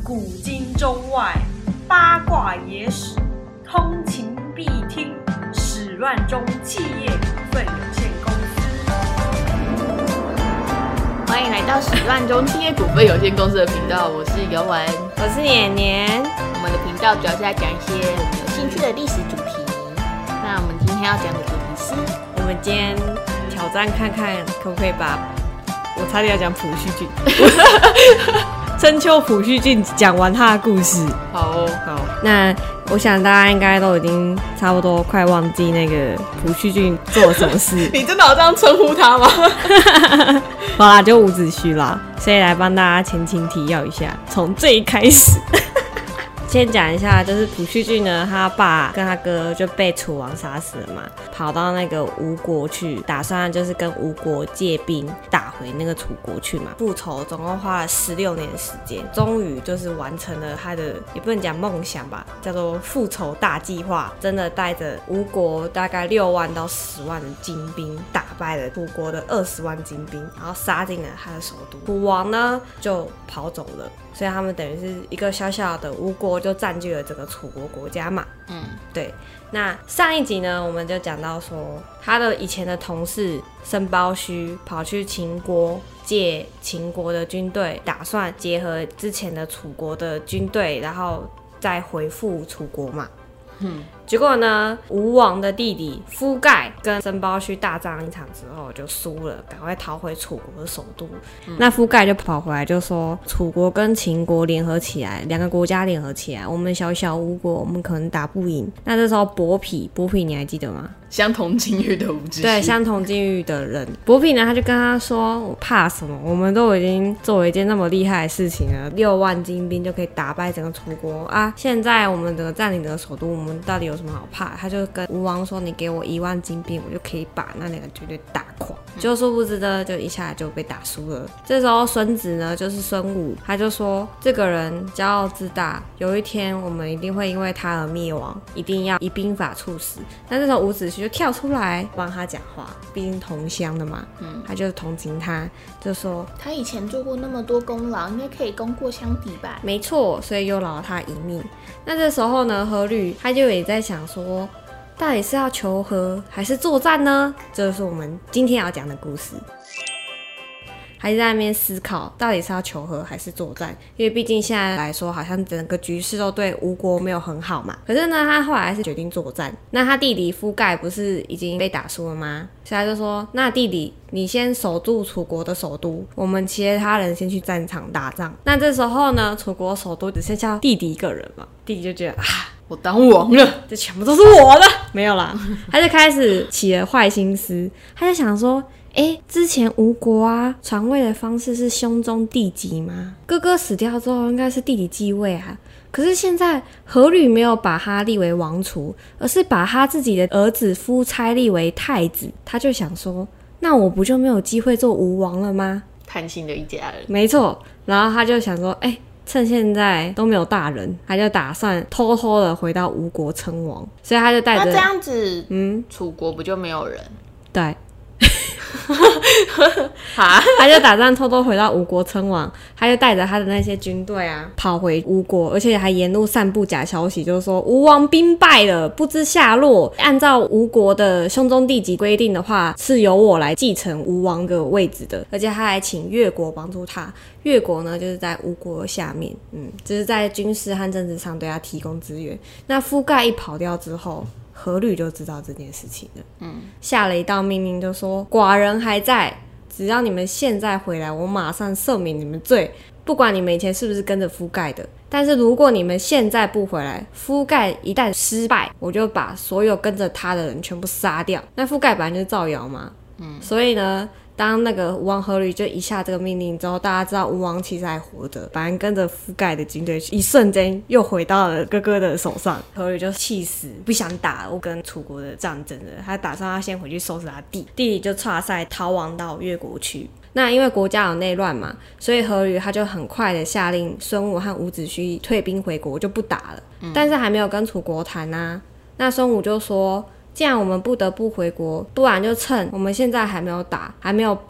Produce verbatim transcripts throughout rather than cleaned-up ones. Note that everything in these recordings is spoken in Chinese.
古今中外，八卦野史，通勤必听。史乱中企业股份有限公司。 欢迎来到史乱中企业股份有限公司的频道，我是尤文， 我是年年。 我们的频道主要是在讲一些我们有兴趣的历史主题。那我们今天要讲的主题是， 我们今天挑战看看可不可以把，我差点要讲朴叙俊，春秋朴叙俊讲完他的故事。 好哦， 好，那我想大家应该都已经差不多快忘记那个朴叙俊做了什么事。 你真的有这样称呼他吗？ 好啦，就伍子胥啦，所以来帮大家前情提要一下，从最开始。先讲一下，就是朴叙俊呢，他爸跟他哥就被楚王杀死了嘛，跑到那个吴国去，打算就是跟吴国借兵打回那个楚国去嘛，复仇，总共花了十六年的时间，终于就是完成了他的，也不能讲梦想吧，叫做复仇大计划，真的带着吴国大概六万到十万的精兵，打败了楚国的二十万精兵，然后杀进了他的首都，楚王呢就跑走了。所以他们等于是一个小小的吴国就占据了整个楚国国家嘛。嗯，对。那上一集呢，我们就讲到说，他的以前的同事申包胥跑去秦国借秦国的军队，打算结合之前的楚国的军队，然后再回复楚国嘛。嗯，结果呢，吴王的弟弟夫盖跟申包胥大战一场之后就输了，赶快逃回楚国的首都。嗯、那夫盖就跑回来就说，楚国跟秦国联合起来，两个国家联合起来，我们小小吴国，我们可能打不赢。那这时候伯嚭，伯嚭你还记得吗？ 相同境遇的伍子胥， 对，相同境遇的人，伯嚭呢，他就跟他说：“我怕什么？我们都已经做了一件那么厉害的事情了，六万精兵就可以打败整个楚国啊！现在我们整个占领整个首都，我们到底有什么好怕？”他就跟吴王说：“你给我一万精兵，我就可以把那两个军队打垮。”就殊不知呢，就一下就被打输了。这时候孙子呢，就是孙武，他就说：“这个人骄傲自大，有一天我们一定会因为他而灭亡，一定要以兵法处死。”那这时候伍子胥就跳出来帮他讲话，毕竟同乡的嘛，嗯，他就同情他，就说他以前做过那么多功劳，应该可以功过相抵吧？ 没错，所以又饶了他一命。那这时候呢，阖闾他就也在想说，到底是要求和还是作战呢？这就是我们今天要讲的故事。还是在那边思考，到底是要求和还是作战？因为毕竟现在来说，好像整个局势都对吴国没有很好嘛。可是呢，他后来还是决定作战。那他弟弟夫盖不是已经被打输了吗？所以他就说：“那弟弟，你先守住楚国的首都，我们其他人先去战场打仗。”那这时候呢，楚国首都只剩下弟弟一个人嘛。弟弟就觉得啊， 我当王了， 这全部都是我的，没有啦。他就开始起了坏心思，他就想说。欸，之前吴国啊传位的方式是兄终弟及吗？哥哥死掉之后应该是弟弟继位啊。可是现在阖闾没有把他立为王储，而是把他自己的儿子夫差立为太子。他就想说，那我不就没有机会做吴王了吗？ 贪心的一家人。 没错，然后他就想说，欸，趁现在都没有大人，他就打算偷偷的回到吴国称王。所以他就带着， 那这样子，嗯，楚国不就没有人？ 对。他就打算偷偷回到吴国称王，他就带着他的那些军队啊跑回吴国，而且还沿路散布假消息，就是说吴王兵败了，不知下落。按照吴国的兄终弟及规定的话，是由我来继承吴王的位置的，而且他还请越国帮助他。越国呢，就是在吴国下面，嗯，就是在军事和政治上对他提供资源。那夫盖一跑掉之后，阖闾就知道这件事情了，嗯，下了一道命令，就说寡人还在，只要你们现在回来，我马上赦免你们罪，不管你们以前是不是跟着夫盖的。但是如果你们现在不回来，夫盖一旦失败，我就把所有跟着他的人全部杀掉。那夫盖本来就是造谣嘛，嗯，所以呢。当那个吴王阖闾就一下这个命令之后，大家知道吴王其实还活着，反正跟着夫盖的军队一瞬间又回到了哥哥的手上。阖闾就气死，不想打我跟楚国的战争了，他打算要先回去收拾他弟，弟弟就岔赛逃亡到越国去。那因为国家有内乱嘛，所以阖闾他就很快的下令孙武和伍子胥退兵回国，就不打了、嗯、但是还没有跟楚国谈啊。那孙武就说，既然我们不得不回国，不然就趁我们现在还没有打还没有败，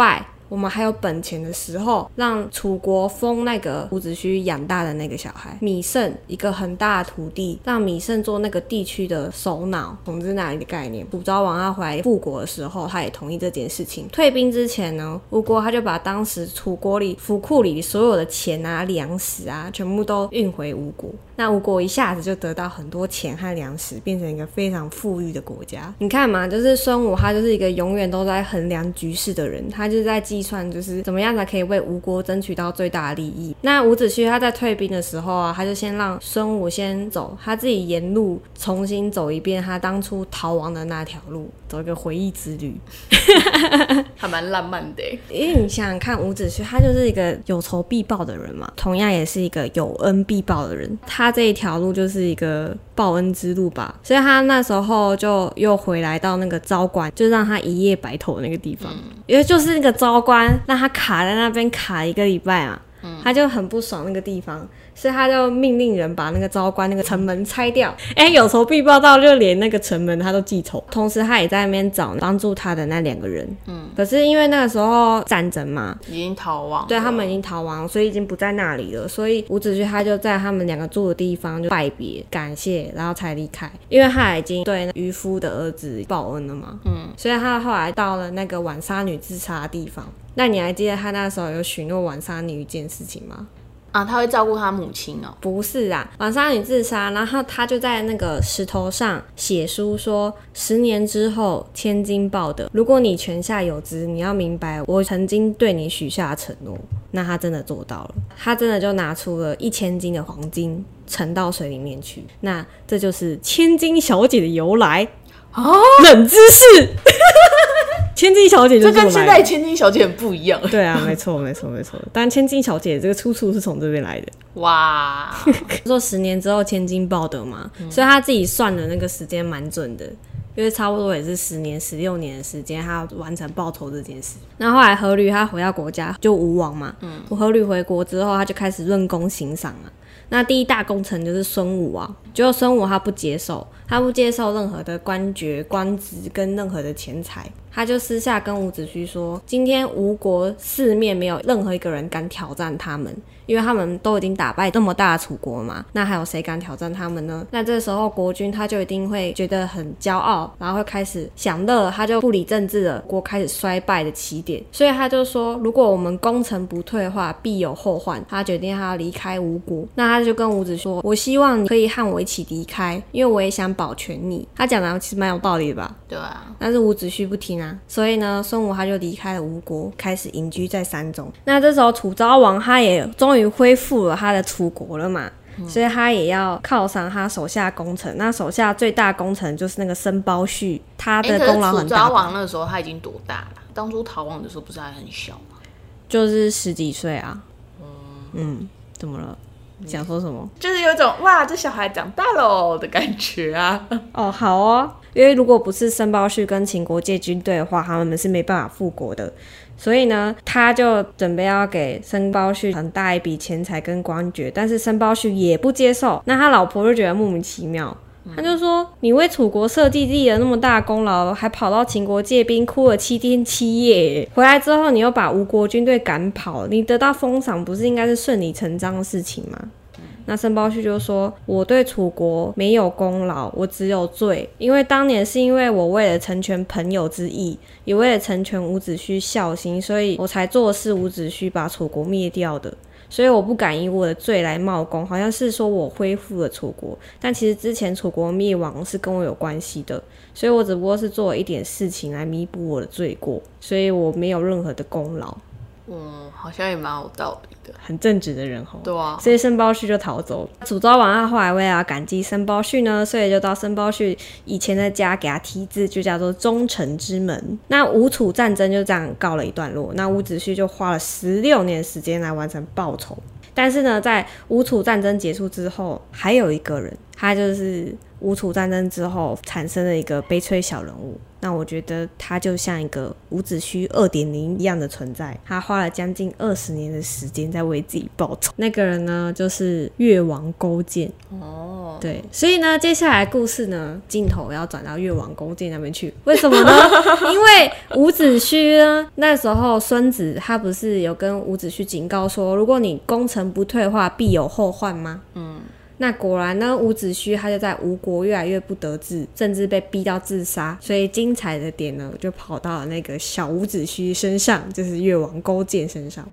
我们还有本钱的时候，让楚国封那个伍子胥养大的那个小孩米胜一个很大的土地，让米胜做那个地区的首脑，统治那里的概念。楚昭王他回来复国的时候，他也同意这件事情。退兵之前呢，吴国他就把当时楚国里府库里所有的钱啊、粮食啊，全部都运回吴国。那吴国一下子就得到很多钱和粮食，变成一个非常富裕的国家。你看嘛，就是孙武他就是一个永远都在衡量局势的人，他就是在计算就是怎么样才可以为吴国争取到最大的利益。那伍子胥他在退兵的时候啊，他就先让孙武先走，他自己沿路重新走一遍他当初逃亡的那条路，走一个回忆之旅。 还蛮浪漫的耶。 因为你想想看，伍子胥他就是一个有仇必报的人嘛，同样也是一个有恩必报的人。他这一条路就是一个报恩之路吧，所以他那时候就又回来到那个昭关，就让他一夜白头的那个地方，嗯、因为就是那个昭关让他卡在那边卡一个礼拜嘛。他就很不爽那个地方，所以他就命令人把那个昭关那个城门拆掉。哎、欸，有仇必报到就连那个城门他都记仇，同时他也在那边找帮助他的那两个人。嗯，可是因为那个时候战争嘛， 已经逃亡了， 对，他们已经逃亡，所以已经不在那里了。所以伍子胥他就在他们两个住的地方就拜别感谢，然后才离开，因为他已经对渔夫的儿子报恩了嘛。嗯，所以他后来到了那个晚纱女自杀的地方。那你还记得他那时候有许诺晚纱女一件事情吗？ 啊，他会照顾他母亲哦？ 不是啊，晚纱女自杀，然后他就在那个石头上写书说，十年之后千金报得，如果你泉下有知，你要明白我曾经对你许下的承诺。那他真的做到了，他真的就拿出了一千斤的黄金沉到水里面去。那这就是千金小姐的由来哦，冷知识。千金小姐就是这跟现在千金小姐很不一样。 对啊，没错没错没错。但千金小姐这个出处是从这边来的。哇，说十年之后千金报得嘛、嗯，所以他自己算的那个时间蛮准的，因为差不多也是十年十六年的时间，他完成报仇这件事。那后来阖闾他回到国家就吴王嘛，嗯，阖闾回国之后，他就开始论功行赏了。那第一大功臣就是孙武啊，结果孙武他不接受，他不接受任何的官爵、官职跟任何的钱财，他就私下跟伍子胥说，今天吴国四面没有任何一个人敢挑战他们，因为他们都已经打败这么大的楚国嘛，那还有谁敢挑战他们呢？那这时候国君他就一定会觉得很骄傲，然后会开始享乐，他就不理政治了，国开始衰败的起点。所以他就说，如果我们攻城不退的话，必有后患。他决定他要离开吴国。那他就跟伍子说，我希望你可以和我一起离开，因为我也想保全你。他讲的其实蛮有道理的吧？ 对啊。但是伍子胥不听啊，所以呢，孙武他就离开了吴国，开始隐居在山中。那这时候楚昭王他也终于恢复了他的楚国了嘛。所以他也要犒赏他手下功臣，那手下最大功臣就是那个申包胥，他的功劳很大。 楚昭王那个时候他已经多大了？当初逃亡的时候不是还很小吗？ 就是十几岁啊。嗯嗯，怎么了？想说什么？ 就是有一种哇，这小孩长大了的感觉啊。 哦，好哦，因为如果不是申包胥跟秦国借军队的话，他们是没办法复国的。所以呢，他就准备要给申包胥很大一笔钱财跟官爵，但是申包胥也不接受。那他老婆就觉得莫名其妙，他就说：“你为楚国社稷立了那么大功劳，还跑到秦国借兵，哭了七天七夜，回来之后你又把吴国军队赶跑，你得到封赏不是应该是顺理成章的事情吗？”那申包胥就说，我对楚国没有功劳，我只有罪，因为当年是因为我为了成全朋友之意，也为了成全伍子胥孝心，所以我才做事伍子胥把楚国灭掉的，所以我不敢以我的罪来冒功，好像是说我恢复了楚国，但其实之前楚国灭亡是跟我有关系的，所以我只不过是做了一点事情来弥补我的罪过，所以我没有任何的功劳。 嗯，好像也蛮有道理的， 很正直的人吼。 对啊， 所以申包胥就逃走了。楚昭王他后来为了感激申包胥呢，所以就到申包胥以前的家给他题字，就叫做忠诚之门。那吴楚战争就这样告了一段落，那伍子胥就花了十六年时间来完成报仇。但是呢，在吴楚战争结束之后，还有一个人，他就是吴楚战争之后产生了一个悲催小人物。那我觉得他就像一个伍子胥 二点零 一样的存在，他花了将近二十年的时间在为自己报仇。那个人呢，就是越王勾践。哦， 哦，对，所以呢，接下来故事呢，镜头要转到越王勾践那边去。为什么呢？因为伍子胥呢，那时候孙子他不是有跟伍子胥警告说，如果你攻城不退的话，必有后患吗？嗯。那果然呢，伍子胥他就在吴国越来越不得志，甚至被逼到自杀。所以精彩的点呢，就跑到了那个小伍子胥身上，就是越王勾践身上。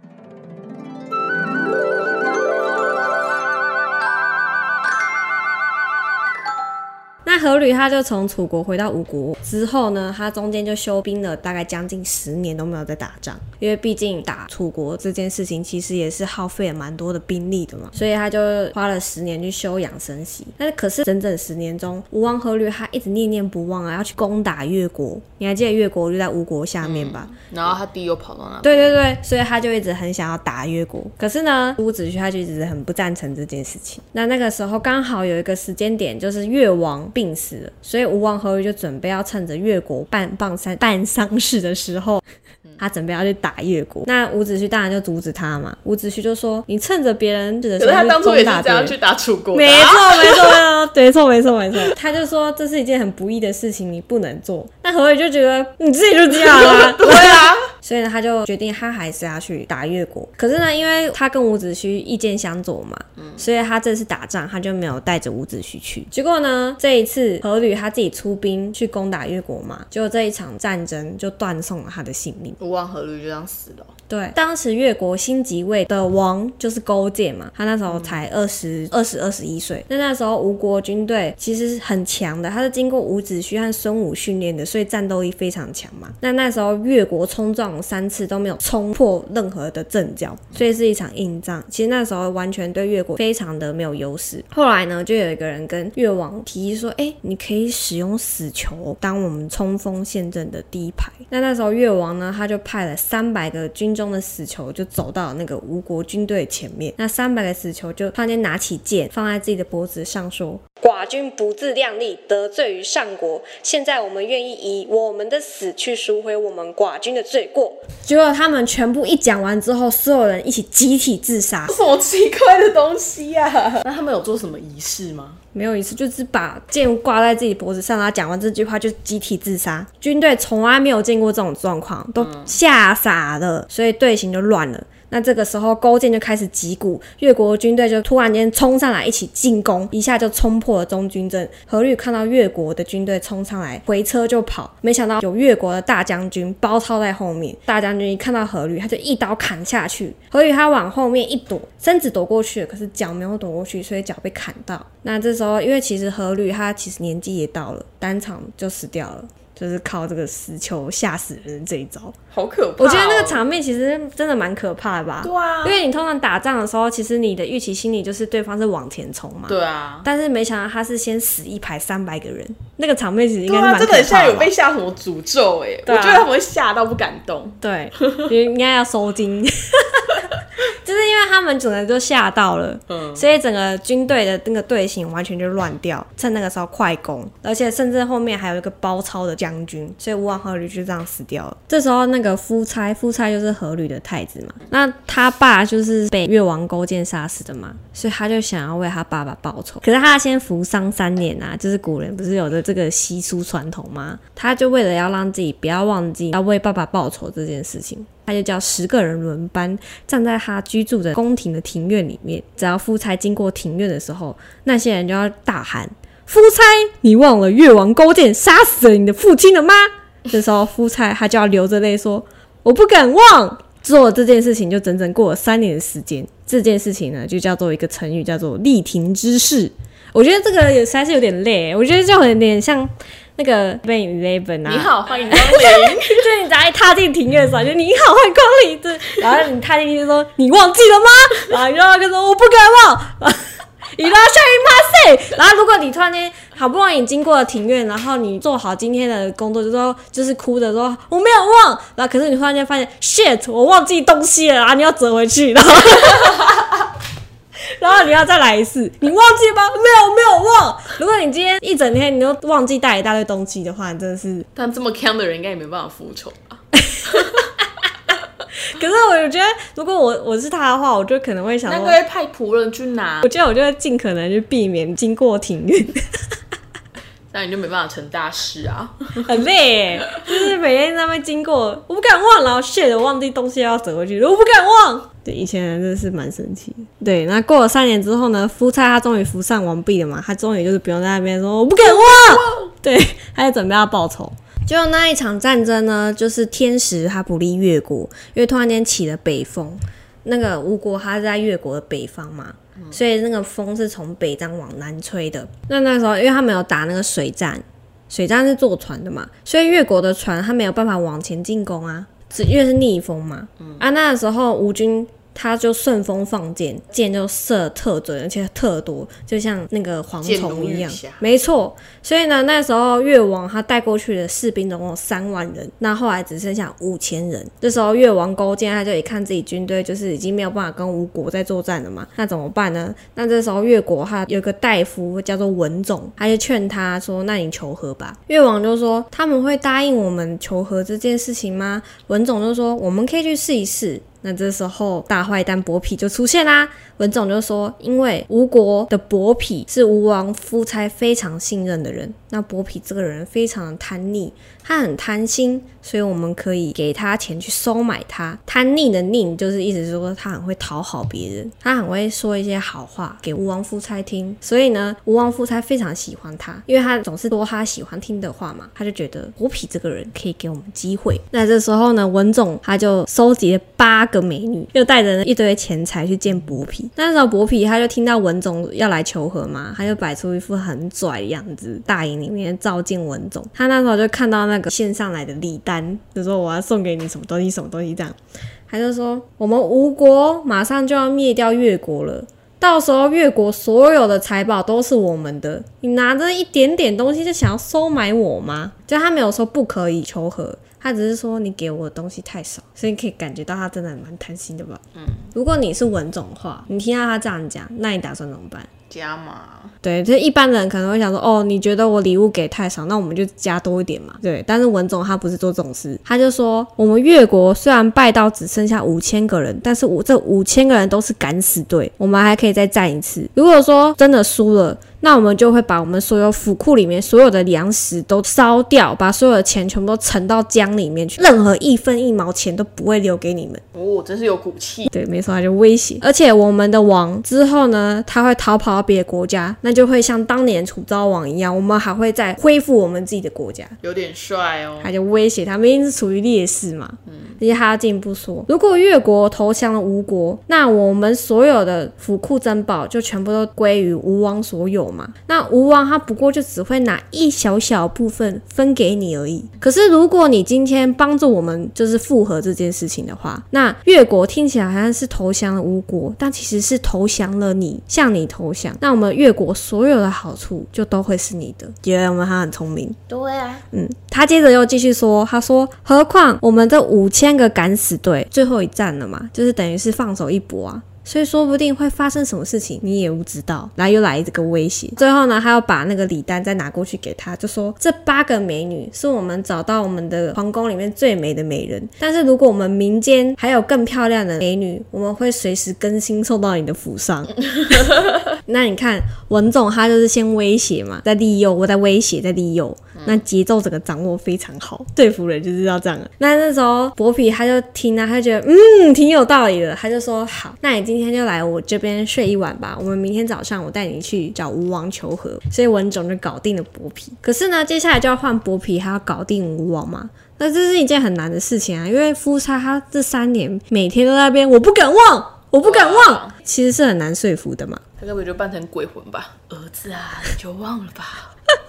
那阖闾他就从楚国回到吴国之后呢，他中间就休兵了大概将近十年都没有在打仗，因为毕竟打楚国这件事情其实也是耗费了蛮多的兵力的嘛，所以他就花了十年去休养生息。但是可是整整十年中，吴王阖闾他一直念念不忘啊，要去攻打越国。你还记得越国就在吴国下面吧？ 嗯、然后他弟又跑到那边， 对对对，所以他就一直很想要打越国。可是呢，伍子胥他就一直很不赞成这件事情。那那个时候刚好有一个时间点，就是越王病死了，所以吴王阖闾就准备要趁着越国办办丧办丧事的时候，他准备要去打越国。那伍子胥当然就阻止他嘛。伍子胥就说：“你趁着别人的时候去攻打别人。”可是他当初也是这样去打楚国的、啊， 没错没错没错没错没错。他就说这是一件很不义的事情，你不能做。那阖闾就觉得你自己就这样啊， 对啊。 所以呢，他就决定他还是要去打越国。可是呢，因为他跟伍子胥意见相左嘛，嗯、所以他这次打仗他就没有带着伍子胥去。结果呢，这一次阖闾他自己出兵去攻打越国嘛，结果这一场战争就断送了他的性命。 吴王阖闾就这样死了。 对，当时越国新即位的王就是勾践嘛，他那时候才二十二十二十一岁。那那时候吴国军队其实很强的，他是经过伍子胥和孙武训练的，所以战斗力非常强嘛。那那时候越国冲撞三次都没有冲破任何的阵脚，所以是一场硬仗。其实那时候完全对越国非常的没有优势。后来呢，就有一个人跟越王提议说：“哎、欸，你可以使用死囚当我们冲锋陷阵的第一排。”那那时候越王呢，他就派了三百个军中的死囚就走到那个吴国军队前面。那三百个死囚就突然间拿起剑放在自己的脖子上说：“寡君不自量力，得罪于上国，现在我们愿意以我们的死去赎回我们寡君的罪过。”结果他们全部一讲完之后，所有人一起集体自杀。 什么奇怪的东西啊？那他们有做什么仪式吗？ 没有一次，就是把剑挂在自己脖子上，然后讲完这句话就集体自杀。军队从来没有见过这种状况，都吓傻了，所以队形就乱了。那这个时候勾践就开始击鼓，越国军队就突然间冲上来一起进攻，一下就冲破了中军阵。阖闾看到越国的军队冲上来，回车就跑，没想到有越国的大将军包抄在后面。大将军一看到阖闾，他就一刀砍下去。阖闾他往后面一躲，身子躲过去了，可是脚没有躲过去，所以脚被砍到。那这时候因为其实阖闾他其实年纪也到了，当场就死掉了，就是靠这个死囚吓死人这一招。 好可怕、哦！ 我觉得那个场面其实真的蛮可怕的吧？ 对啊， 因为你通常打仗的时候，其实你的预期心理就是对方是往前冲嘛。 对啊，但是没想到他是先死一排三百个人，那个场面其实应该是蛮可怕的。 对啊，真的很像有被下什么诅咒哎、欸！啊、我觉得他们会吓到不敢动。 对，应该要收惊。就是因为他们整个就吓到了、嗯、所以整个军队的那个队形完全就乱掉，趁那个时候快攻，而且甚至后面还有一个包抄的将军，所以吴王阖闾就这样死掉了。这时候那个夫差夫差就是阖闾的太子嘛，那他爸就是被越王勾践杀死的嘛，所以他就想要为他爸爸报仇。可是他要先服丧三年啊，就是古人不是有的这个习俗传统吗？他就为了要让自己不要忘记要为爸爸报仇这件事情，他就叫十个人轮班站在他居住的宫廷的庭院里面，只要夫差经过庭院的时候，那些人就要大喊：夫差，你忘了越王勾践杀死了你的父亲了吗？这时候夫差他就要流着泪说：我不敢忘。做这件事情就整整过了三年的时间，这件事情呢就叫做一个成语，叫做力停之事。我觉得这个也实在是有点累，我觉得就有点像那个 seven eleven 啊， 你好，欢迎光临。 就是你只要一踏进庭院的时候，就你好，欢迎光临。对，然后你踏进去就说你忘记了吗？然后你就跟说我不敢忘。伊拉夏伊马塞，然后如果你突然间好不容易经过了庭院，然后你做好今天的工作，就说就是哭着说我没有忘，然后可是你突然间发现 shit 我忘记东西了，然后你要折回去，然后然后你要再来一次，你忘记吗？没有没有忘。如果你今天一整天你都忘记带一大堆东西的话，你真的是， 但这么强的人应该也没办法复仇吧。 可可是我觉得，如果我我是他的话，我就可能会想说， 那个会派仆人去拿。 我觉得我就会尽可能去避免经过庭院。 那你就没办法成大事啊， 很累耶，就是每天在那边经过，我不敢忘，然后 shit 我忘记东西要折回去，我不敢忘。对，以前人真的是蛮生气的。对，那过了三年之后呢，夫差他终于服上完毕了嘛，他终于就是不用在那边说我不敢忘，对，他就准备要报仇。结果那一场战争呢，就是天时他不利越国，因为突然间起了北风，那个吴国他是在越国的北方嘛。所以那个风是从北这样往南吹的。那那时候，因为他们有打那个水战，水战是坐船的嘛，所以越国的船他没有办法往前进攻啊，因为是逆风嘛。嗯、啊，那个时候吴军他就顺风放箭，箭就射特准，而且特多，就像那个蝗虫一样。没错，所以呢，那时候越王他带过去的士兵总共有三万人，那后来只剩下五千人。这时候越王勾践他就一看自己军队就是已经没有办法跟吴国在作战了嘛，那怎么办呢？那这时候越国他有个大夫叫做文种，他就劝他说：“那你求和吧。”越王就说：“他们会答应我们求和这件事情吗？”文种就说：“我们可以去试一试。”那这时候大坏蛋伯嚭就出现啦。文种就说，因为吴国的伯嚭是吴王夫差非常信任的人，那伯嚭这个人非常的贪逆，他很贪心，所以我们可以给他钱去收买他。贪逆的逆就是意思是说他很会讨好别人，他很会说一些好话给吴王夫差听，所以呢吴王夫差非常喜欢他，因为他总是说他喜欢听的话嘛，他就觉得伯嚭这个人可以给我们机会。那这时候呢文种他就收集了八个美女，又带着一堆钱财去见伯嚭。那时候伯嚭他就听到文种要来求和嘛，他就摆出一副很拽的样子，大营里面照见文种。他那时候就看到那个献上来的礼单，就说我要送给你什么东西什么东西这样，他就说我们吴国马上就要灭掉越国了，到时候越国所有的财宝都是我们的，你拿着一点点东西就想要收买我吗？就他没有说不可以求和，他只是说你给我的东西太少，所以你可以感觉到他真的蛮贪心的吧。嗯，如果你是文种的话，你听到他这样讲，那你打算怎么办？ 加码。 对，就是一般人可能会想说，哦，你觉得我礼物给太少，那我们就加多一点嘛。对，但是文种他不是做这种事，他就说，我们越国虽然败到只剩下五千个人，但是我这五千个人都是敢死队，我们还可以再战一次。如果说真的输了，那我们就会把我们所有府库里面所有的粮食都烧掉，把所有的钱全部都沉到江里面去，任何一分一毛钱都不会留给你们。 哦，真是有骨气。 对，没错，他就威胁。而且我们的王之后呢，他会逃跑到别的国家，那就会像当年楚昭王一样，我们还会再恢复我们自己的国家。 有点帅哦。 他就威胁他，明明是处于劣势嘛。嗯。而且他要进一步说，如果越国投降了吴国，那我们所有的府库珍宝就全部都归于吴王所有嘛。那吴王他不过就只会拿一小小部分分给你而已。可是如果你今天帮助我们就是复合这件事情的话，那越国听起来好像是投降了吴国，但其实是投降了你，向你投降。那我们越国所有的好处就都会是你的。觉得我们他很聪明。 对啊。 嗯，他接着又继续说，他说何况我们这五千个敢死队最后一战了嘛，就是等于是放手一搏啊，所以说不定会发生什么事情你也不知道。然后又来这个威胁，最后呢他要把那个礼单再拿过去给他，就说这八个美女是我们找到我们的皇宫里面最美的美人，但是如果我们民间还有更漂亮的美女，我们会随时更新送到你的府上。那你看文种他就是先威胁嘛，在利诱，我在威胁，在利诱，那节奏整个掌握非常好，对付人就是要这样。那那时候伯嚭他就听啊，他就觉得嗯挺有道理的，他就说好，那你今天就来我这边睡一晚吧，我们明天早上我带你去找吴王求和。所以文种就搞定了伯嚭。可是呢接下来就要换伯嚭还要搞定吴王嘛，那这是一件很难的事情啊，因为夫差他这三年每天都在那边我不敢忘我不敢忘，其实是很难说服的嘛。 他该不会就扮成鬼魂吧？儿子啊，你就忘了吧。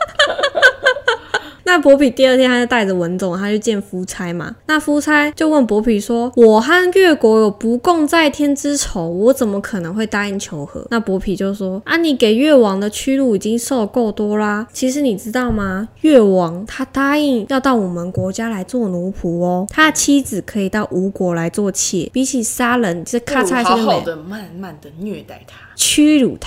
那伯嚭第二天他就带着文种他去见夫差嘛，那夫差就问伯嚭说，我和越国有不共戴天之仇，我怎么可能会答应求和？那伯嚭就说啊，你给越王的屈辱已经受够多啦，其实你知道吗，越王他答应要到我们国家来做奴仆哦，他的妻子可以到吴国来做妾，比起杀人就是咔嚓一下就没了， 好好的慢慢的虐待他， 屈辱他。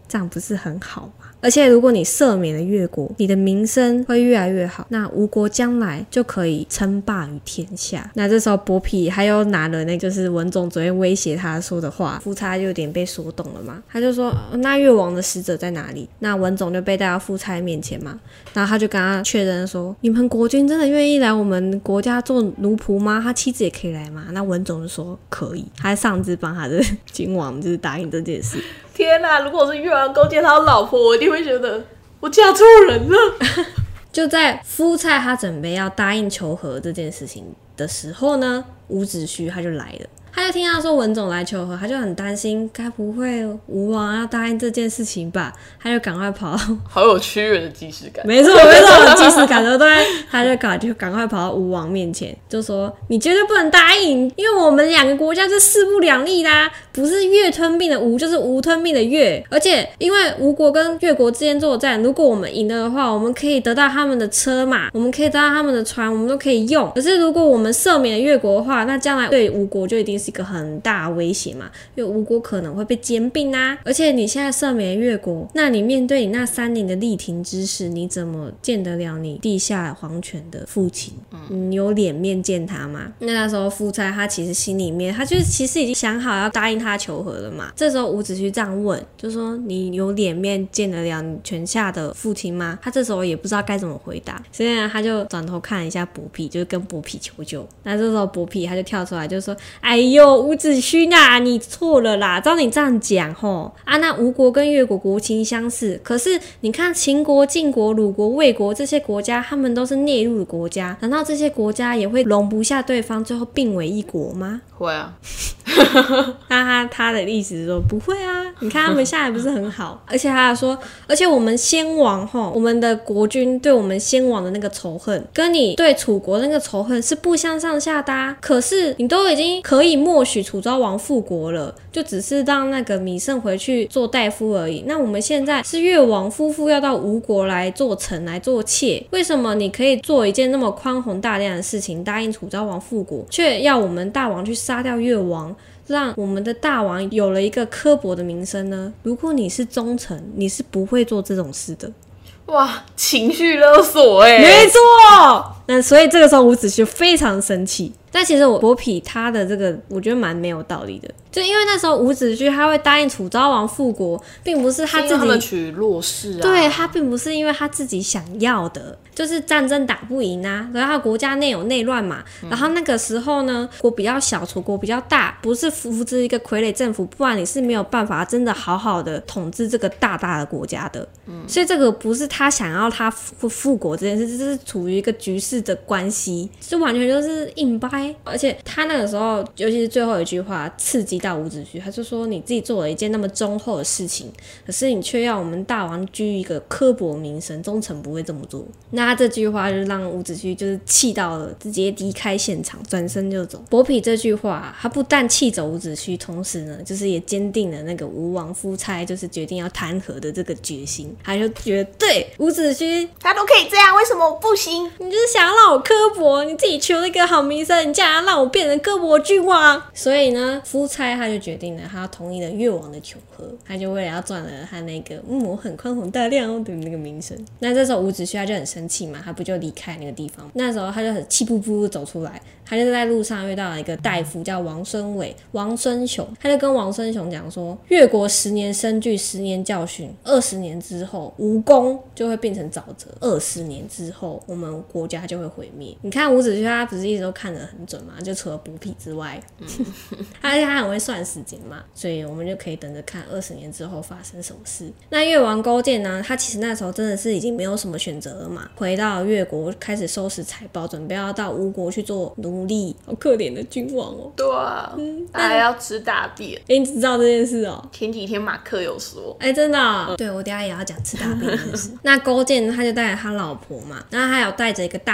这样不是很好吗？而且如果你赦免了越国，你的名声会越来越好，那吴国将来就可以称霸于天下。那这时候伯嚭还有拿了那就是文种昨天威胁他说的话，夫差就有点被说动了嘛，他就说、哦、那越王的使者在哪里？那文种就被带到夫差面前嘛，然后他就跟他确认说，你们国君真的愿意来我们国家做奴仆吗？他妻子也可以来吗？那文种就说可以，他上至帮他的君王就是答应这件事。 天哪、啊！如果我是越王勾践他的老婆，我一定会觉得我嫁错人了。 就在夫差他准备要答应求和这件事情的时候呢，伍子胥他就来了。他就听到说文种来求和，他就很担心，该不会吴王要答应这件事情吧？他就赶快跑到， 好有屈原的即视感。 没错没错，有即视感，对不对？他就赶就赶快跑到吴王面前，就说：“你绝对不能答应，因为我们两个国家是势不两立啦，不是越吞并的吴，就是吴吞并的越。而且因为吴国跟越国之间作战，如果我们赢了的话，我们可以得到他们的车马，我们可以得到他们的船，我们都可以用。可是如果我们赦免了越国的话，那将来对吴国就一定是是一个很大的威胁嘛，因为吴国可能会被兼并啊，而且你现在赦免越国，那你面对你那三年的力挺之事，你怎么见得了你地下皇权的父亲？嗯，你有脸面见他吗？那那时候夫差他其实心里面，他就是其实已经想好要答应他求和了嘛。这时候伍子胥这样问，就说你有脸面见得了你权下的父亲吗？他这时候也不知道该怎么回答，所以呢，他就转头看了一下伯嚭，就是跟伯嚭求救。那这时候伯嚭他就跳出来就说：“哎呦，伍子胥啊，你错了啦！照你这样讲吼啊，那吴国跟越国国情相似，可是你看秦国、晋国、鲁国、魏国这些国家，他们都是内陆的国家，难道这些国家也会容不下对方，最后并为一国吗？” 会啊。 那他他的意思是说不会啊，你看他们现在不是很好，而且他还说，而且我们先王吼，我们的国君对我们先王的那个仇恨，跟你对楚国那个仇恨是不相上下的啊。可是你都已经可以默许楚昭王复国了，就只是让那个芈胜回去做大夫而已。那我们现在是越王夫妇要到吴国来做臣来做妾，为什么你可以做一件那么宽宏大量的事情，答应楚昭王复国，却要我们大王去杀掉越王，让我们的大王有了一个刻薄的名声呢？如果你是忠臣，你是不会做这种事的。 哇，情绪勒索哎、欸， 没错。那所以这个时候伍子胥非常生气，但其实我伯嚭他的这个我觉得蛮没有道理的，就因为那时候伍子胥他会答应楚昭王复国，并不是他自己， 是因为他们取弱势啊， 对，他并不是因为他自己想要的，就是战争打不赢啊，然后他国家内有内乱嘛、嗯，然后那个时候呢，国比较小，楚国比较大，不是扶持一个傀儡政府，不然你是没有办法真的好好的统治这个大大的国家的，嗯，所以这个不是他想要他复复国这件事，这是处于一个局势的关系，就完全就是硬掰。而且他那个时候，尤其是最后一句话刺激到伍子胥，他就说你自己做了一件那么忠厚的事情，可是你却要我们大王居一个刻薄名声，忠臣不会这么做。那他这句话就让伍子胥就是气到了，直接离开现场，转身就走。伯嚭这句话，他不但气走伍子胥，同时呢，就是也坚定了那个吴王夫差就是决定要弹劾的这个决心。他就觉得对伍子胥， 他都可以这样，为什么我不行？ 你就是想要让我刻薄，你自己求了一个好名声，你竟然让我变成刻薄君王。所以呢，夫差他就决定了，他要同意了越王的求和，他就为了要赚了他那个嗯我很宽宏大量的那个名声。那这时候伍子胥他就很生气嘛，他不就离开那个地方？那时候他就很气噗噗的走出来，他就在路上遇到了一个大夫叫王孙伟、王孙雄，他就跟王孙雄讲说，越国十年生聚，十年教训，二十年之后吴公就会变成沼泽，二十年之后我们国家就会毁灭。你看伍子胥他不是一直都看得很准嘛，就除了伯嚭之外，嗯、而且他很会算时间嘛，所以我们就可以等着看二十年之后发生什么事。那越王勾践呢，他其实那时候真的是已经没有什么选择了嘛，回到越国开始收拾财宝，准备要到吴国去做奴隶。好可怜的君王哦。 对啊，嗯，他还要吃大便。 哎、欸，你知道这件事哦？ 前几天马克有说。 哎、欸，真的、哦嗯。对，我等一下也要讲吃大便这件事。那勾践他就带着他老婆嘛，然后他有带着一个大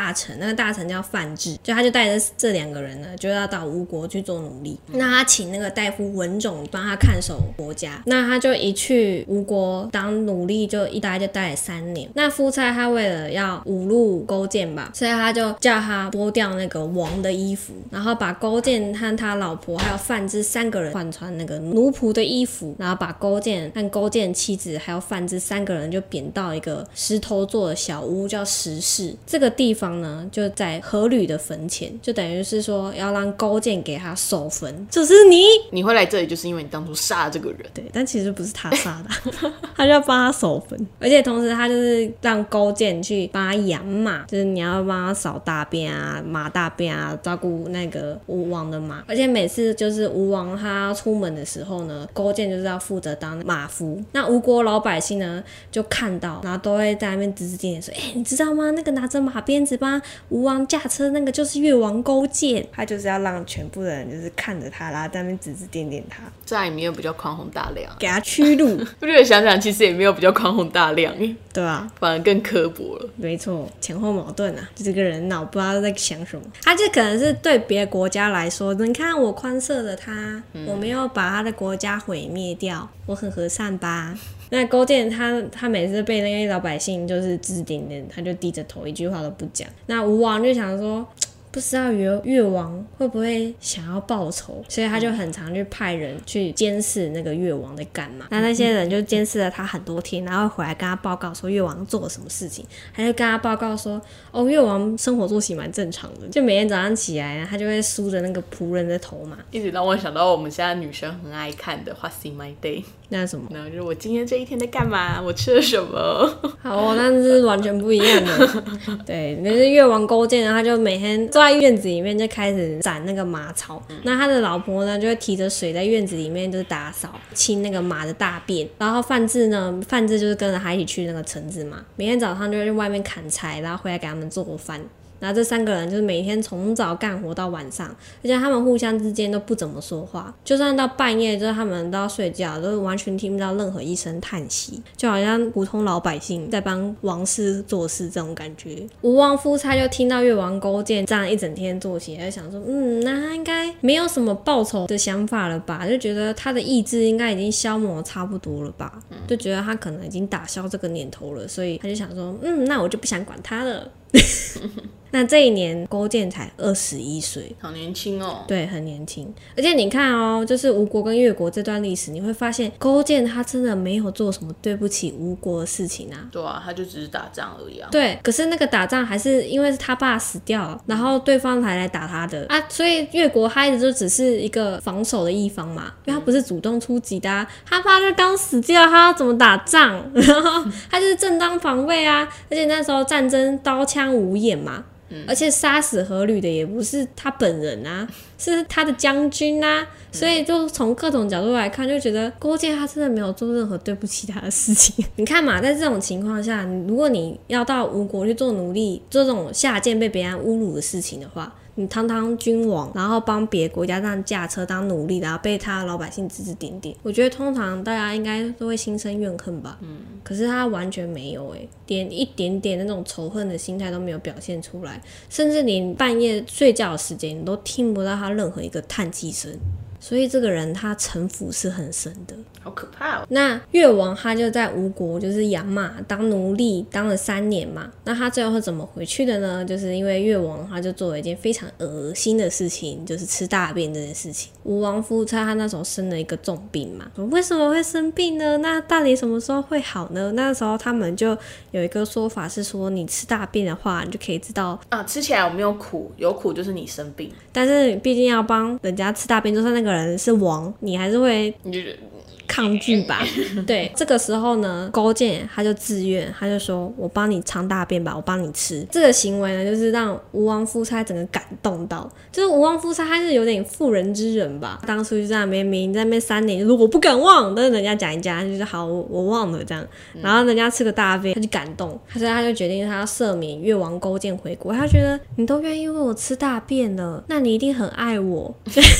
大臣，那个大臣叫范质，就他就带着这两个人呢，就要到吴国去做奴隶。那他请那个大夫文种帮他看守国家，那他就一去吴国当奴隶，就一待就待了三年。那夫差他为了要侮辱勾践吧，所以他就叫他剥掉那个王的衣服，然后把勾践和他老婆还有范质三个人换穿那个奴仆的衣服，然后把勾践和勾践妻子还有范质三个人就贬到一个石头做的小屋叫石室。这个地方呢就在阖闾的坟前，就等于是说要让勾践给他守坟，就是你你会来这里就是因为你当初杀了这个人。 对，但其实不是他杀的他就要帮他守坟，而且同时他就是让勾践去帮他养马，就是你要帮他扫大便啊马大便啊，照顾那个吴王的马。而且每次就是吴王他出门的时候呢，勾践就是要负责当马夫。那吴国老百姓呢就看到，然后都会在那边指指点点说，哎、欸，你知道吗，那个拿着马鞭子帮吴王驾车那个就是越王勾践。他就是要让全部的人就是看着他，然后在那边指指点点他， 这样也没有比较宽宏大量， 给他驱路我觉得想想其实也没有比较宽宏大量， 对啊， 反而更刻薄了。 没错，前后矛盾啊，就这个人脑不知道在想什么。他就可能是对别的国家来说，你看我宽赦了他、嗯、我没有把他的国家毁灭掉，我很和善吧。那勾践他他每次被那些老百姓就是指指点点，他就低着头一句话都不讲。那吴王就想说，不知道越越王会不会想要报仇，所以他就很常去派人去监视那个越王在干嘛。那那些人就监视了他很多天，然后回来跟他报告说越王做了什么事情，他就跟他报告说，哦，越王生活作息蛮正常的，就每天早上起来他就会梳着那个仆人的头嘛， 一直让我想到我们现在女生很爱看的 What's in my day。 那是什么？ 然后就是我今天这一天在干嘛，我吃了什么。 好哦，那是完全不一样的。对，那是越王勾践，他就每天坐在院子里面就开始斩那个马草、嗯、那他的老婆呢就会提着水在院子里面就是打扫清那个马的大便。然后范质呢，范质就是跟着他一起去那个城子嘛，每天早上就会去外面砍柴，然后回来给他们做饭。然后这三个人就是每天从早干活到晚上，而且他们互相之间都不怎么说话，就算到半夜就是他们都要睡觉，都完全听不到任何一声叹息，就好像普通老百姓在帮王室做事这种感觉。吴王夫差就听到越王勾践这样一整天做起来，就想说嗯，那他应该没有什么报仇的想法了吧，就觉得他的意志应该已经消磨差不多了吧，就觉得他可能已经打消这个念头了，所以他就想说嗯，那我就不想管他了那这一年勾践才二十一岁， 好年轻哦。 对，很年轻。而且你看哦，就是吴国跟越国这段历史，你会发现勾践他真的没有做什么对不起吴国的事情啊。 对啊，他就只是打仗而已啊。 对，可是那个打仗还是因为是他爸死掉了，然后对方才来打他的啊，所以越国他一直就只是一个防守的一方嘛，因为他不是主动出击的啊，他爸就刚死掉，他要怎么打仗？然后他就是正当防卫啊，而且那时候战争刀枪无眼嘛。嗯、而且杀死阖闾的也不是他本人啊，是他的将军啊，所以就从各种角度来看，就觉得勾践他真的没有做任何对不起他的事情。你看嘛，在这种情况下，如果你要到吴国去做奴隶，做这种下贱被别人侮辱的事情的话，你堂堂君王，然后帮别的国家这样驾车当奴隶，然后被他老百姓指指点点，我觉得通常大家应该都会心生怨恨吧。嗯，可是他完全没有诶，连一点点那种仇恨的心态都没有表现出来，甚至连半夜睡觉的时间你都听不到他任何一个叹气声。所以这个人他城府是很深的， 好可怕哦。 那越王他就在吴国就是养马当奴隶当了三年嘛，那他最后是怎么回去的呢？就是因为越王他就做了一件非常恶心的事情，就是吃大便这件事情。吴王夫差他那时候生了一个重病嘛，为什么会生病呢？那到底什么时候会好呢？那时候他们就有一个说法是说，你吃大便的话你就可以知道啊，吃起来有没有苦，有苦就是你生病， 但是毕竟要帮人家吃大便，就算那个人是王，你还是会抗拒吧。对，这个时候呢，勾践他就自愿，他就说我帮你尝大便吧，我帮你吃。这个行为呢，就是让吴王夫差整个感动到，就是吴王夫差他是有点妇人之仁吧，当初就在那边明在那边三年就说我不敢忘，但是人家讲一讲就是好 我, 我忘了这样，然后人家吃个大便他就感动，所以他就决定他要赦免越王勾践回国。他觉得你都愿意为我吃大便了，那你一定很爱我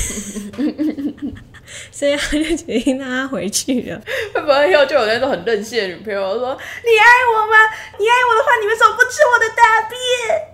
所以他就决定让他回去了。 会不会以后就有那种很任性的女朋友说，你爱我吗？你爱我的话你为什么不吃我的大便？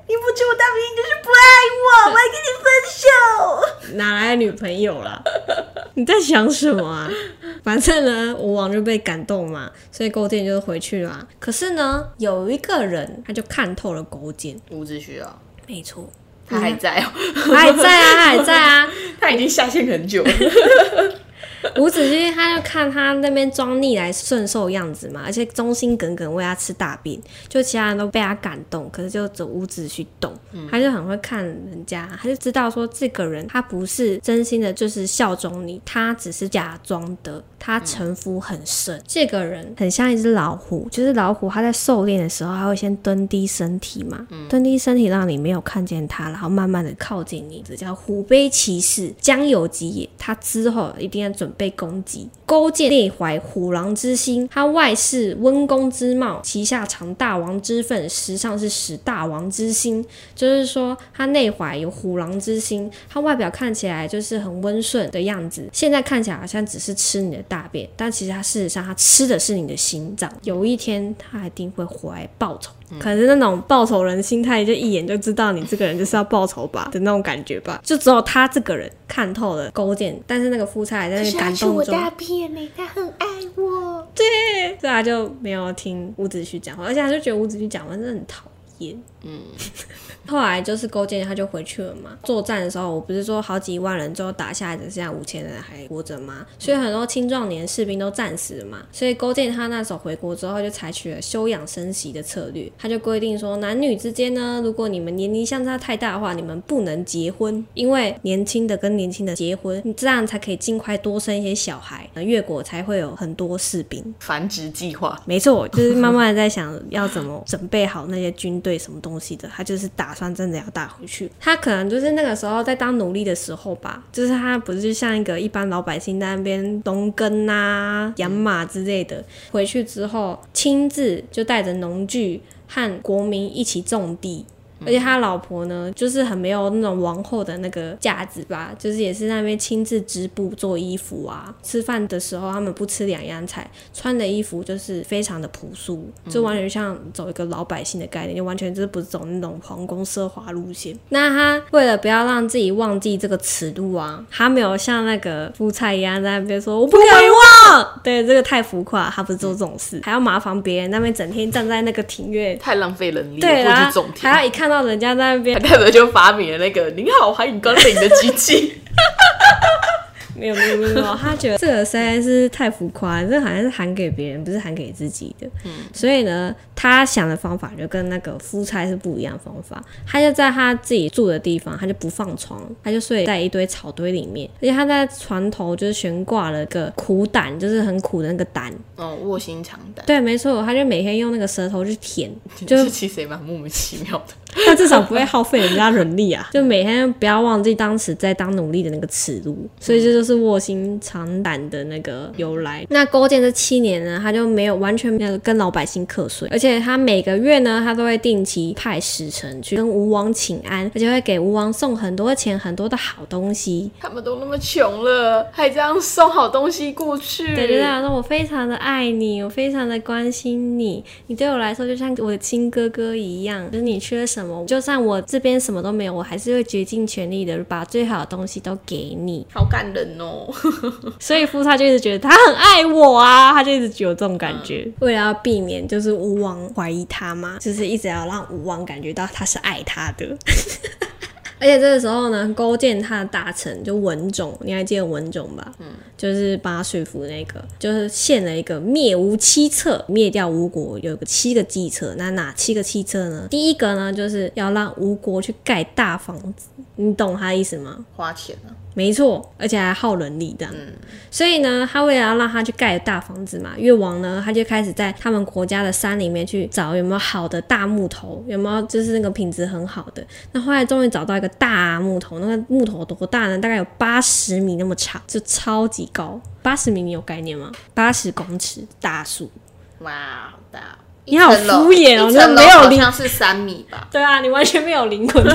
你不吃我大便，你就是不爱我，我要跟你分手。 哪来的女朋友啦？你在想什么啊？反正呢，吴王就被感动嘛，所以勾践就回去了、啊。可是呢，有一个人他就看透了勾践， 伍子胥啊， 没错， 他还在哦， 他还在啊，他还在啊， 他已经下线很久了。 伍子胥他就看他那边装逆来顺受样子嘛，而且忠心耿耿为他吃大便，就其他人都被他感动，可是就只有伍子胥懂、嗯，他就很会看人家，他就知道说这个人他不是真心的，就是效忠你，他只是假装的，他城府很深、嗯。这个人很像一只老虎，就是老虎他在狩猎的时候，他会先蹲低身体嘛，嗯、蹲低身体让你没有看见他，然后慢慢的靠近你，这叫虎背骑士，将有及也。他之后一定要准备攻击。勾践内怀虎狼之心，他外饰温公之貌，旗下藏大王之分，实际上是使大王之心。就是说他内怀有虎狼之心，他外表看起来就是很温顺的样子，现在看起来好像只是吃你的大便，但其实他事实上他吃的是你的心脏。有一天他一定会回来报仇、嗯、可是那种报仇人心态就一眼就知道你这个人就是要报仇吧的那种感觉吧，就只有他这个人看透了勾践，但是那个夫差还在那个感动中， 他是我大便耶，他很爱我， 对，所以他就没有听伍子胥讲话，而且他就觉得伍子胥讲话真的很讨厌。嗯，后来就是勾践他就回去了嘛。作战的时候，我不是说好几万人最后打下来，只剩下五千人还活着吗？所以很多青壮年士兵都战死了嘛。所以勾践他那时候回国之后，就采取了休养生息的策略。他就规定说，男女之间呢，如果你们年龄相差太大的话，你们不能结婚，因为年轻的跟年轻的结婚，你这样才可以尽快多生一些小孩，越国才会有很多士兵。 繁殖计划， 没错，就是慢慢的在想要怎么准备好那些军队什么东西的。他就是打算真的要打回去。他可能就是那个时候在当奴隶的时候吧，就是他不是就像一个一般老百姓在那边农耕啊、养马之类的，回去之后亲自就带着农具和国民一起种地。而且他老婆呢，就是很没有那种王后的那个架子吧，就是也是那边亲自织布做衣服啊。吃饭的时候他们不吃两样菜，穿的衣服就是非常的朴素，就完全像走一个老百姓的概念，就完全就是不是走那种皇宫奢华路线。那他为了不要让自己忘记这个耻辱啊，他没有像那个夫差一样在那边说我不可以忘，对，这个太浮夸，他不是做这种事，还要麻烦别人那边整天站在那个庭院， 太浪费人力了， 对啊， 或者种田， 还要一看到人家在那边， 他待会就发明了那个您好，欢迎光临的机器。 没有没有没有，他觉得这个实在是太浮夸了，这好像是喊给别人，不是喊给自己的。嗯，所以呢，他想的方法就跟那个夫差是不一样的方法。他就在他自己住的地方，他就不放床，他就睡在一堆草堆里面，而且他在床头就是悬挂了个苦胆，就是很苦的那个胆。 哦，卧薪尝胆。 对，没错，他就每天用那个舌头去舔， 就其实也蛮莫名其妙的。 他至少不会耗费人家人力啊，就每天不要忘记当时在当奴隶的那个耻辱，所以这就是卧薪尝胆的那个由来。那勾践这七年呢，他就没有完全没有跟老百姓课税，而且他每个月呢，他都会定期派使臣去跟吴王请安，而且会给吴王送很多钱、很多的好东西。 他们都那么穷了，还这样送好东西过去？ 对对对，说我非常的爱你，我非常的关心你，你对我来说就像我的亲哥哥一样，就是你缺什么，就算我这边什么都没有，我还是会竭尽全力的把最好的东西都给你。 好感人哦。 所以夫差就一直觉得他很爱我啊，他就一直有这种感觉、嗯、为了要避免就是吴王怀疑他嘛，就是一直要让吴王感觉到他是爱他的。而且这个时候呢，勾践他的大臣就文种，你还记得文种吧？嗯，就是帮他说服那个，就是献了一个灭吴七策，灭掉吴国有个七个计策。那哪七个计策呢？第一个呢，就是要让吴国去盖大房子，你懂他的意思吗？ 花钱啊。 没错，而且还耗人力这样、嗯、所以呢他为了要让他去盖大房子嘛，越王呢他就开始在他们国家的山里面去找有没有好的大木头，有没有就是那个品质很好的。那后来终于找到一个大木头，那个木头多大呢？大概有八十米那么长，就超级高。八十米你有概念吗？八十公尺大树。 哇，好大哦。 你好敷衍哦， 一层楼好像是三米吧？ 对啊，你完全没有灵魂的，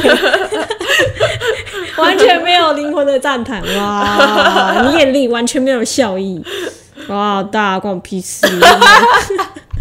完全没有灵魂的赞叹哇！你眼里完全没有笑意哇，好大，关我屁事！ 哎、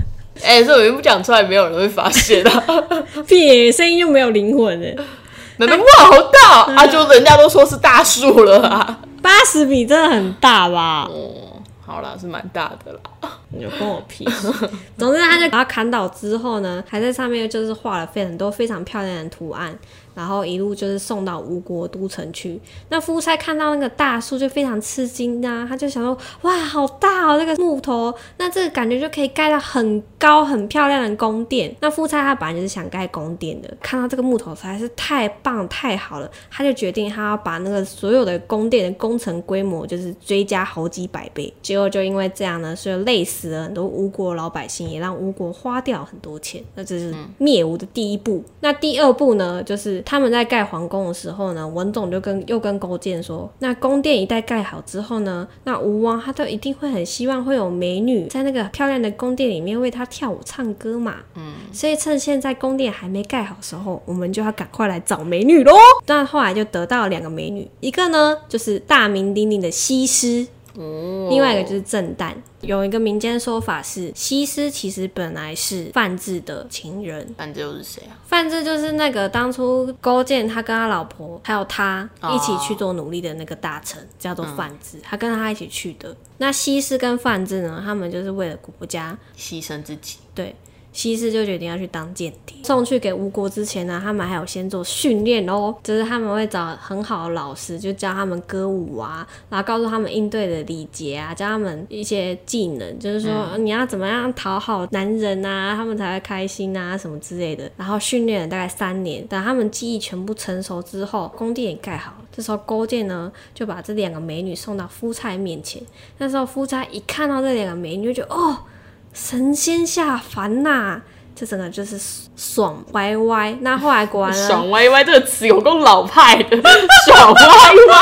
哎、欸，这我不讲出来，没有人会发现啊。 屁，声音又没有灵魂哎。 难道哇好大、哦、啊？就人家都说是大树了啊。 八十米真的很大吧？ 哦，好啦，是蛮大的啦。 有关我屁事。总之，他就把它砍倒之后呢，还在上面就是画了非很多非常漂亮的图案，然后一路就是送到吴国都城去。那夫差看到那个大树就非常吃惊啊，他就想说：哇，好大哦，这个木头，那这个感觉就可以盖到很高很漂亮的宫殿。那夫差他本来就是想盖宫殿的，看到这个木头实在是太棒太好了，他就决定他要把那个所有的宫殿的工程规模就是追加好几百倍。结果就因为这样呢，所以累死了很多吴国老百姓，也让吴国花掉很多钱。那这是灭吴的第一步。那第二步呢，就是他们在盖皇宫的时候呢，文种就跟又跟勾践说，那宫殿一旦盖好之后呢，那吴王他都一定会很希望会有美女在那个漂亮的宫殿里面为他跳舞唱歌嘛。嗯，所以趁现在宫殿还没盖好的时候，我们就要赶快来找美女咯。那后来就得到了两个美女，一个呢就是大名鼎鼎的西施。哦、另外一个就是郑旦。有一个民间说法是，西施其实本来是范质的情人。 范质又是谁啊？ 范质就是那个当初勾践他跟他老婆还有他一起去做奴隶的那个大臣，哦、叫做范质、嗯，他跟他一起去的。那西施跟范质呢，他们就是为了国家牺牲自己。 对。西施就决定要去当间谍，送去给吴国之前呢，他们还有先做训练哦，就是他们会找很好的老师，就教他们歌舞啊，然后告诉他们应对的礼节啊，教他们一些技能，就是说、嗯、你要怎么样讨好男人啊，他们才会开心啊什么之类的。然后训练了大概三年，等他们技艺全部成熟之后，宫殿也盖好了。这时候勾践呢就把这两个美女送到夫差面前。那时候夫差一看到这两个美女，就觉得哦。神仙下凡呐、啊，这整个就是爽歪歪。那后来果然呢， 爽歪歪这个词有够老派的，爽歪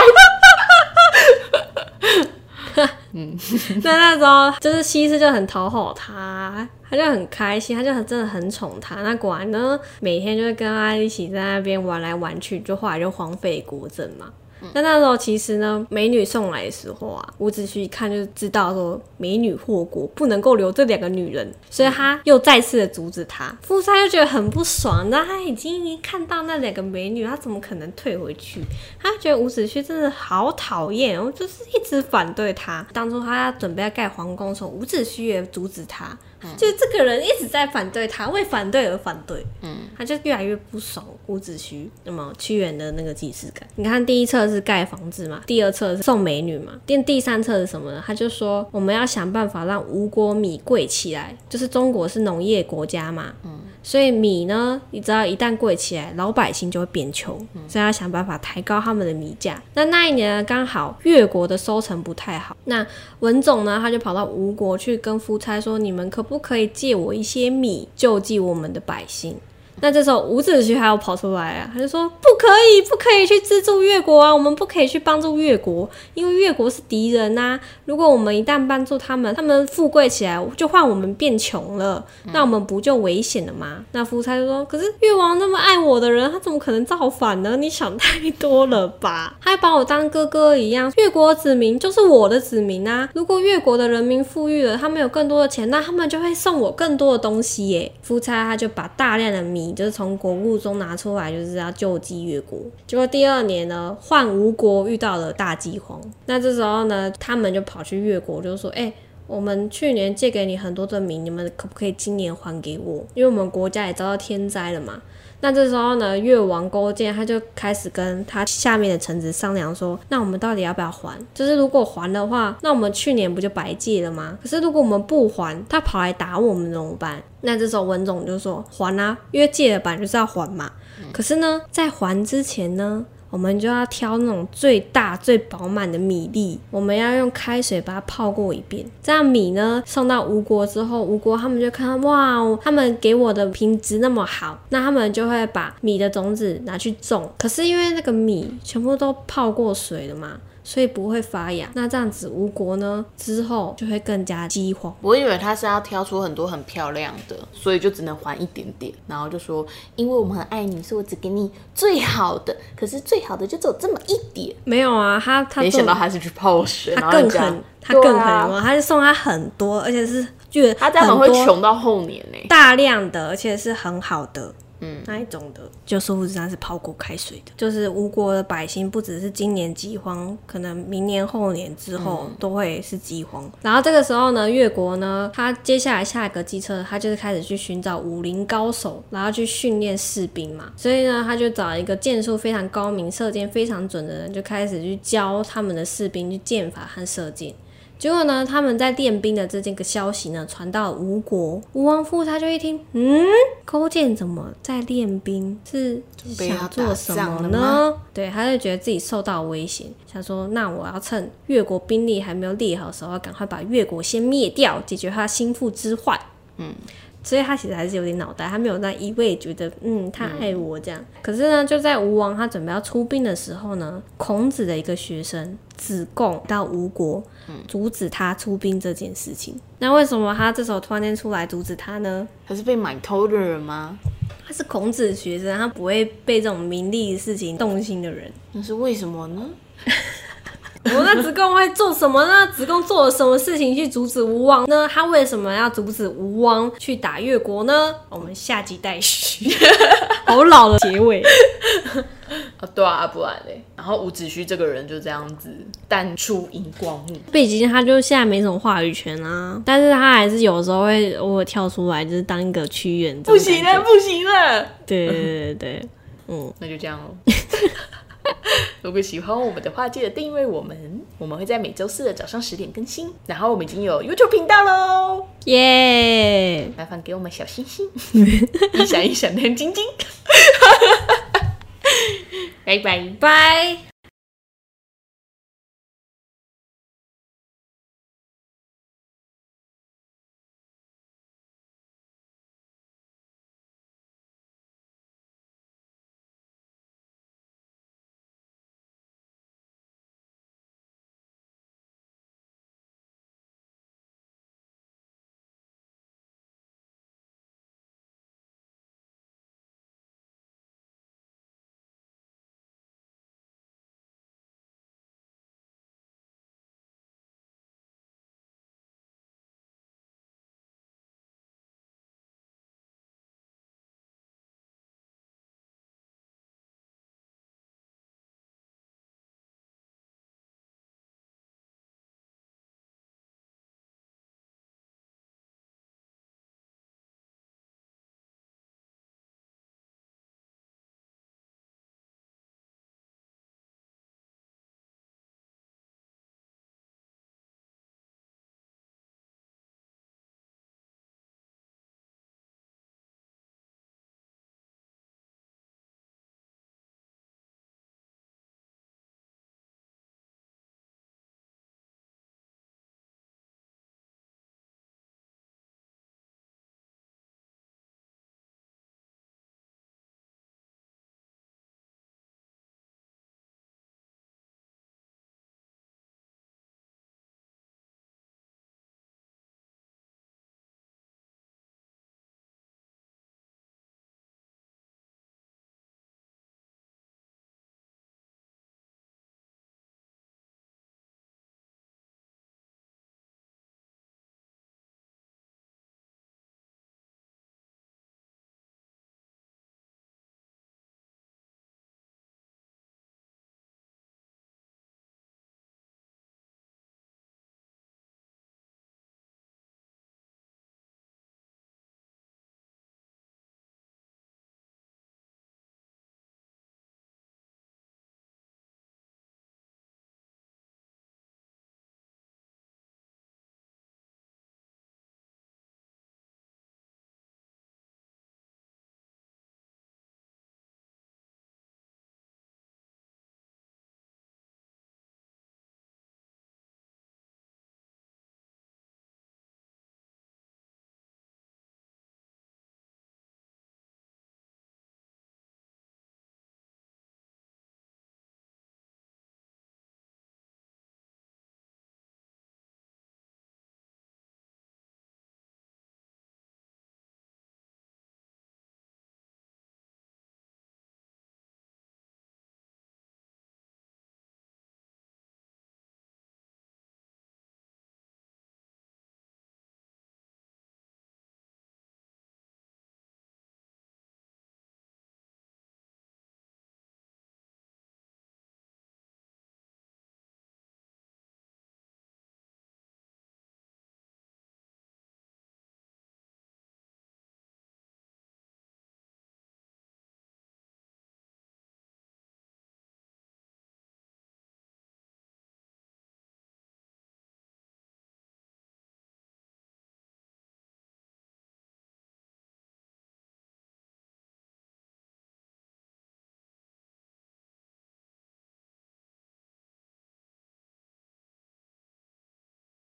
歪。嗯， 那那时候就是西施就很讨好他，他就很开心，他就很真的很宠他。那果然呢，每天就会跟他一起在那边玩来玩去，就后来就荒废国政嘛。那那时候其实呢，美女送来的时候啊，伍子胥一看就知道说美女祸国，不能够留这两个女人，所以他又再次的阻止她。夫差就觉得很不爽，那他已经看到那两个美女，他怎么可能退回去？他觉得伍子胥真的好讨厌，我就是一直反对他。当初他准备要盖皇宫的时候，伍子胥也阻止他。嗯、就这个人一直在反对他，为反对而反对，嗯，他就越来越不爽伍子胥。那么屈原的那个既视感，你看第一册是盖房子嘛，第二册是送美女嘛，第第三册是什么呢？他就说我们要想办法让吴国米贵起来，就是中国是农业国家嘛，嗯，所以米呢，你知道一旦贵起来，老百姓就会变穷，嗯、所以要想办法抬高他们的米价。那那一年呢，刚好越国的收成不太好，那文种呢，他就跑到吴国去跟夫差说，你们可不可以借我一些米救济我们的百姓？那这时候伍子胥还要跑出来啊，他就说不可以不可以去资助越国啊，我们不可以去帮助越国，因为越国是敌人啊，如果我们一旦帮助他们，他们富贵起来就换我们变穷了，那我们不就危险了吗？那夫差就说，可是越王那么爱我的人，他怎么可能造反呢？你想太多了吧，他还把我当哥哥一样，越国子民就是我的子民啊，如果越国的人民富裕了，他们有更多的钱，那他们就会送我更多的东西耶。夫差他就把大量的米就是从国库中拿出来，就是要救济越国。结果第二年呢，换吴国遇到了大饥荒。那这时候呢，他们就跑去越国，就说：“哎、欸，我们去年借给你很多的米，你们可不可以今年还给我？因为我们国家也遭到天灾了嘛。”那这时候呢，越王勾践他就开始跟他下面的臣子商量说，那我们到底要不要还？就是如果还的话，那我们去年不就白借了吗？可是如果我们不还，他跑来打我们怎么办？那这时候文种就说还啊，因为借了本来就是要还嘛。可是呢，在还之前呢，我们就要挑那种最大最饱满的米粒，我们要用开水把它泡过一遍，这样米呢送到吴国之后，吴国他们就看到哇，他们给我的品质那么好，那他们就会把米的种子拿去种。可是因为那个米全部都泡过水了嘛， 所以不会发芽。那这样子吴国呢之后就会更加饥荒。 我以为他是要挑出很多很漂亮的，所以就只能还一点点，然后就说因为我们很爱你，所以我只给你最好的，可是最好的就只有这么一点。 没有啊，他他没想到他是去泡水， 他更狠，他更狠、啊，他就送他很多，而且是就他这样会穷到后年呢、欸， 大量的，而且是很好的。 嗯， 那一种的，就殊不知它是泡过开水的。就是吴国的百姓不只是今年饥荒，可能明年后年之后都会是饥荒。嗯、然后这个时候呢，越国呢，他接下来下一个计策，他就是开始去寻找武林高手，然后去训练士兵嘛。所以呢，他就找一个箭术非常高明、射箭非常准的人，就开始去教他们的士兵去箭法和射箭。结果呢，他们在练兵的这件个消息呢，传到吴国。吴王夫差就一听，嗯，勾践怎么在练兵？是想做什么呢？对，他就觉得自己受到危险，想说，那我要趁越国兵力还没有列好的时候，要赶快把越国先灭掉，解决他心腹之患。嗯。所以他其实还是有点脑袋，他没有那一味觉得嗯他爱我这样、嗯、可是呢就在吴王他准备要出兵的时候呢，孔子的一个学生子贡到吴国、嗯、阻止他出兵这件事情。那为什么他这时候突然间出来阻止他呢？ 他是被买偷的人吗？ 他是孔子的学生，他不会被这种名利的事情动心的人。 那是为什么呢？ 我那子贡会做什么呢？子贡做了什么事情去阻止吴王呢？他为什么要阻止吴王去打越国呢？我们下集待续。好老的结尾。 啊，对啊，不然嘞。然后伍子胥这个人就这样子淡出荧光幕， 毕竟他就现在没什么话语权啊，但是他还是有时候会偶尔跳出来，就是当一个屈原。 不行了，不行了。 对对对对，嗯， 那就这样咯。如果喜欢我们的话，记得订阅我们，我们会在每周四的早上十点更新。然后我们已经有 YouTube 频道咯， 耶、yeah ！ 麻烦给我们小星星，一闪一闪亮晶晶。拜拜， 拜。